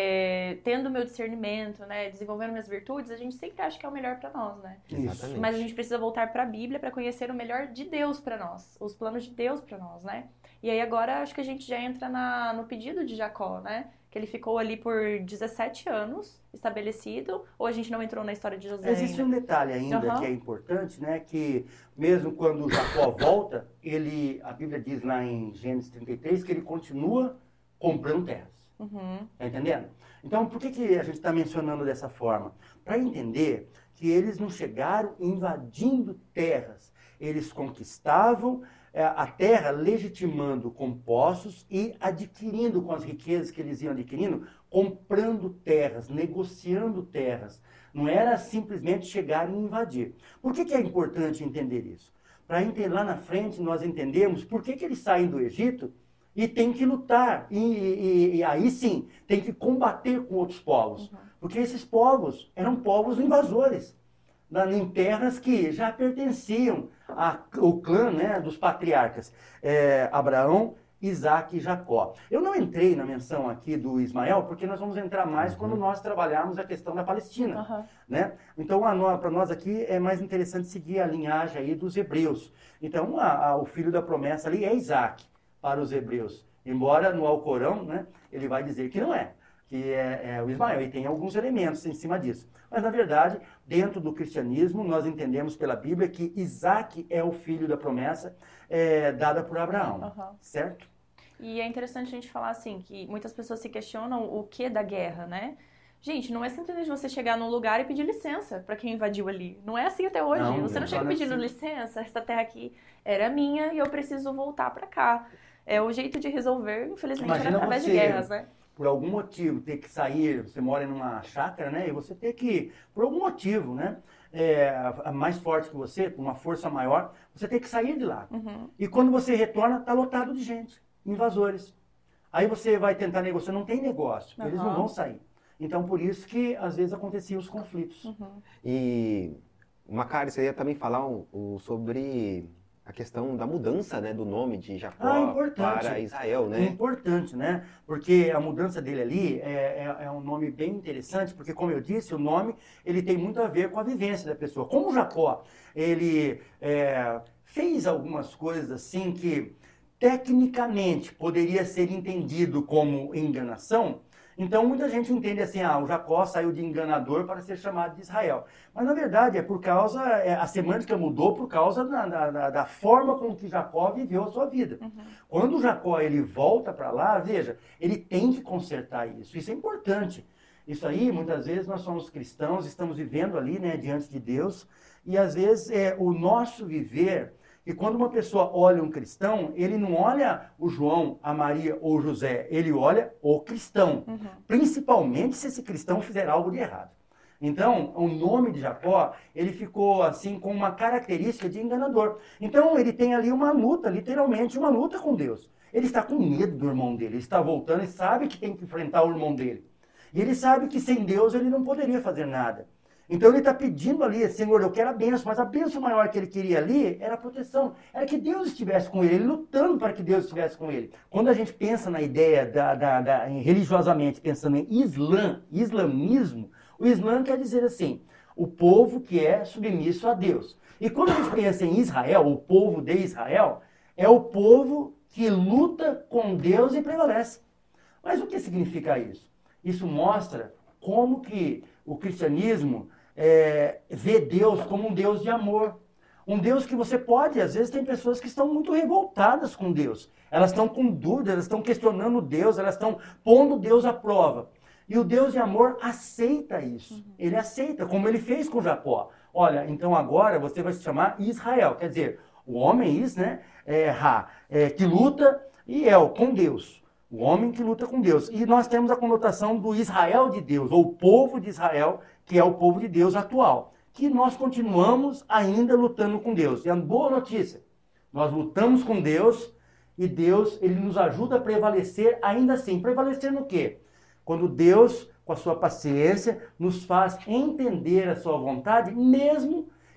é, tendo meu discernimento, né? Desenvolvendo minhas virtudes, a gente sempre acha que é o melhor para nós, né? Exatamente. Mas a gente precisa voltar para a Bíblia para conhecer o melhor de Deus para nós, os planos de Deus para nós, né? E aí agora acho que a gente já entra na, no pedido de Jacó, né? Que ele ficou ali por dezessete anos estabelecido, ou a gente não entrou na história de José Existe ainda? um detalhe ainda Uhum. que é importante, né? Que mesmo quando Jacó volta, ele, a Bíblia diz lá em Gênesis trinta e três que ele continua comprando terras. Uhum. Tá entendendo? Então, por que, que a gente está mencionando dessa forma? Para entender que eles não chegaram invadindo terras. Eles conquistavam é, a terra, legitimando com poços e adquirindo com as riquezas que eles iam adquirindo, comprando terras, negociando terras. Não era simplesmente chegar e invadir. Por que, que é importante entender isso? Para lá na frente nós entendermos por que, que eles saem do Egito e tem que lutar, e, e, e aí sim, tem que combater com outros povos. Uhum. Porque esses povos eram povos invasores, na, em terras que já pertenciam ao clã, né, dos patriarcas, é, Abraão, Isaac e Jacó. Eu não entrei na menção aqui do Ismael, porque nós vamos entrar mais uhum. quando nós trabalharmos a questão da Palestina. Uhum. Né? Então, para nós aqui é mais interessante seguir a linhagem aí dos hebreus. Então, a, a, o filho da promessa ali é Isaac, para os hebreus. Embora no Alcorão, né, ele vai dizer que não é, que é, é o Ismael, e tem alguns elementos em cima disso. Mas, na verdade, dentro do cristianismo, nós entendemos pela Bíblia que Isaac é o filho da promessa é, dada por Abraão, uhum. certo? E é interessante a gente falar assim, que muitas pessoas se questionam o que da guerra, né? Gente, não é simplesmente você chegar num lugar e pedir licença para quem invadiu ali. Não é assim até hoje. Não, você não, não chega pedindo assim. licença, essa terra aqui era minha e eu preciso voltar para cá. É o jeito de resolver, infelizmente, era através você, de guerras, né? Por algum motivo, ter que sair, você mora numa chácara, né? E você ter que, por algum motivo, né? É, mais forte que você, com uma força maior, você tem que sair de lá. Uhum. E quando você retorna, tá lotado de gente, invasores. Aí você vai tentar negociar, não tem negócio, uhum. eles não vão sair. Então, por isso que, às vezes, aconteciam os conflitos. Uhum. E, Macari, você ia também falar um, um, sobre a questão da mudança, né, do nome de Jacó ah, para Israel, né? É importante, né? Porque a mudança dele ali é, é, é um nome bem interessante, porque, como eu disse, o nome ele tem muito a ver com a vivência da pessoa. Como Jacó, ele é, fez algumas coisas assim que, tecnicamente, poderia ser entendido como enganação. Então, muita gente entende assim, ah, o Jacó saiu de enganador para ser chamado de Israel. Mas, na verdade, é por causa, é, a semântica mudou por causa da, da, da forma com que Jacó viveu a sua vida. Uhum. Quando o Jacó, ele volta para lá, veja, ele tem que consertar isso. Isso é importante. Isso aí, muitas vezes, nós somos cristãos, estamos vivendo ali, né, diante de Deus, e às vezes é o nosso viver. E quando uma pessoa olha um cristão, ele não olha o João, a Maria ou o José, ele olha o cristão. Uhum. Principalmente se esse cristão fizer algo de errado. Então, o nome de Jacó, ele ficou assim com uma característica de enganador. Então, ele tem ali uma luta, literalmente uma luta com Deus. Ele está com medo do irmão dele, ele está voltando e sabe que tem que enfrentar o irmão dele. E ele sabe que sem Deus ele não poderia fazer nada. Então ele está pedindo ali, Senhor, eu quero a bênção, mas a bênção maior que ele queria ali era a proteção, era que Deus estivesse com ele, ele lutando para que Deus estivesse com ele. Quando a gente pensa na ideia, da, da, da, religiosamente, pensando em Islã, islamismo, o Islã quer dizer assim, o povo que é submisso a Deus. E quando a gente pensa em Israel, o povo de Israel, é o povo que luta com Deus e prevalece. Mas o que significa isso? Isso mostra como que o cristianismo É, vê Deus como um Deus de amor. Um Deus que você pode, às vezes tem pessoas que estão muito revoltadas com Deus. Elas estão com dúvidas, elas estão questionando Deus, elas estão pondo Deus à prova. E o Deus de amor aceita isso. Uhum. Ele aceita, como ele fez com Jacó. Olha, então agora você vai se chamar Israel. Quer dizer, o homem, is, né, é, Ra, é, que luta, e El, com Deus. O homem que luta com Deus. E nós temos a conotação do Israel de Deus, ou o povo de Israel, que é o povo de Deus atual. Que nós continuamos ainda lutando com Deus. E a boa notícia, nós lutamos com Deus e Deus ele nos ajuda a prevalecer ainda assim. Prevalecer no quê? Quando Deus, com a sua paciência, nos faz entender a sua vontade, mesmo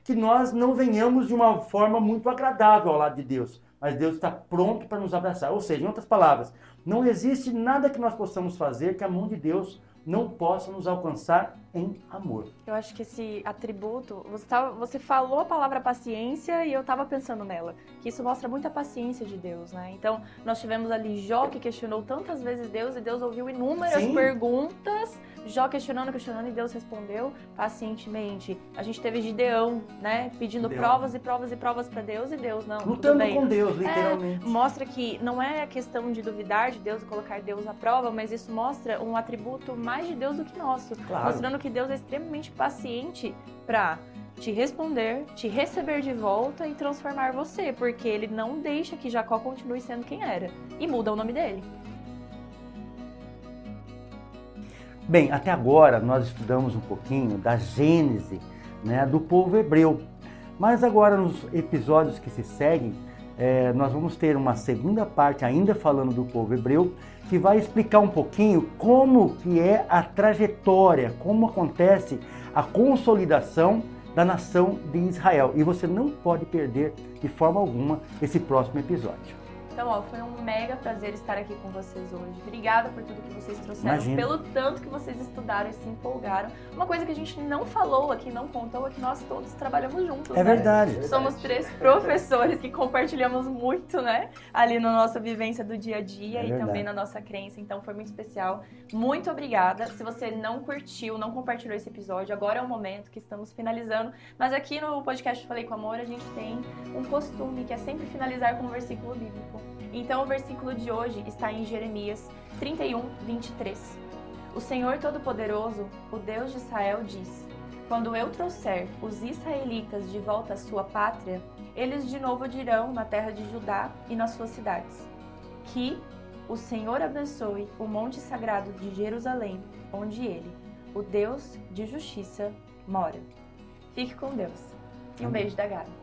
que nós não venhamos de uma forma muito agradável ao lado de Deus. Mas Deus está pronto para nos abraçar. Ou seja, em outras palavras, não existe nada que nós possamos fazer que a mão de Deus não possa nos alcançar em amor. Eu acho que esse atributo, você, tava, você falou a palavra paciência e eu estava pensando nela, que isso mostra muita paciência de Deus, né? Então, nós tivemos ali Jó que questionou tantas vezes Deus e Deus ouviu inúmeras Sim. perguntas, Jó questionando, questionando e Deus respondeu pacientemente. A gente teve Gideão, né? Pedindo Gideão. provas e provas e provas para Deus e Deus, não, tudo Lutando bem. com Deus, literalmente. É, mostra que não é a questão de duvidar de Deus e colocar Deus à prova, mas isso mostra um atributo mais de Deus do que nosso. Claro. Mostrando que Deus é extremamente paciente para te responder, te receber de volta e transformar você, porque ele não deixa que Jacó continue sendo quem era e muda o nome dele. Bem, até agora nós estudamos um pouquinho da gênese, né, do povo hebreu. Mas agora nos episódios que se seguem, é, nós vamos ter uma segunda parte ainda falando do povo hebreu, que vai explicar um pouquinho como que é a trajetória, como acontece a consolidação da nação de Israel. E você não pode perder de forma alguma esse próximo episódio. Então, ó, foi um mega prazer estar aqui com vocês hoje. Obrigada por tudo que vocês trouxeram, Imagina. pelo tanto que vocês estudaram e se empolgaram. Uma coisa que a gente não falou aqui, não contou, é que nós todos trabalhamos juntos, É né? verdade. Somos três professores que compartilhamos muito, né? Ali na nossa vivência do dia a dia É e verdade. também na nossa crença. Então, foi muito especial. Muito obrigada. Se você não curtiu, não compartilhou esse episódio, agora é o momento que estamos finalizando. Mas aqui no podcast Falei com Amor, a gente tem um costume que é sempre finalizar com um versículo bíblico. Então, o versículo de hoje está em Jeremias trinta e um, vinte e três. O Senhor Todo-Poderoso, o Deus de Israel, diz: quando eu trouxer os israelitas de volta à sua pátria, eles de novo dirão na terra de Judá e nas suas cidades: que o Senhor abençoe o monte sagrado de Jerusalém, onde ele, o Deus de justiça, mora. Fique com Deus. E um Amém. beijo da Gabi.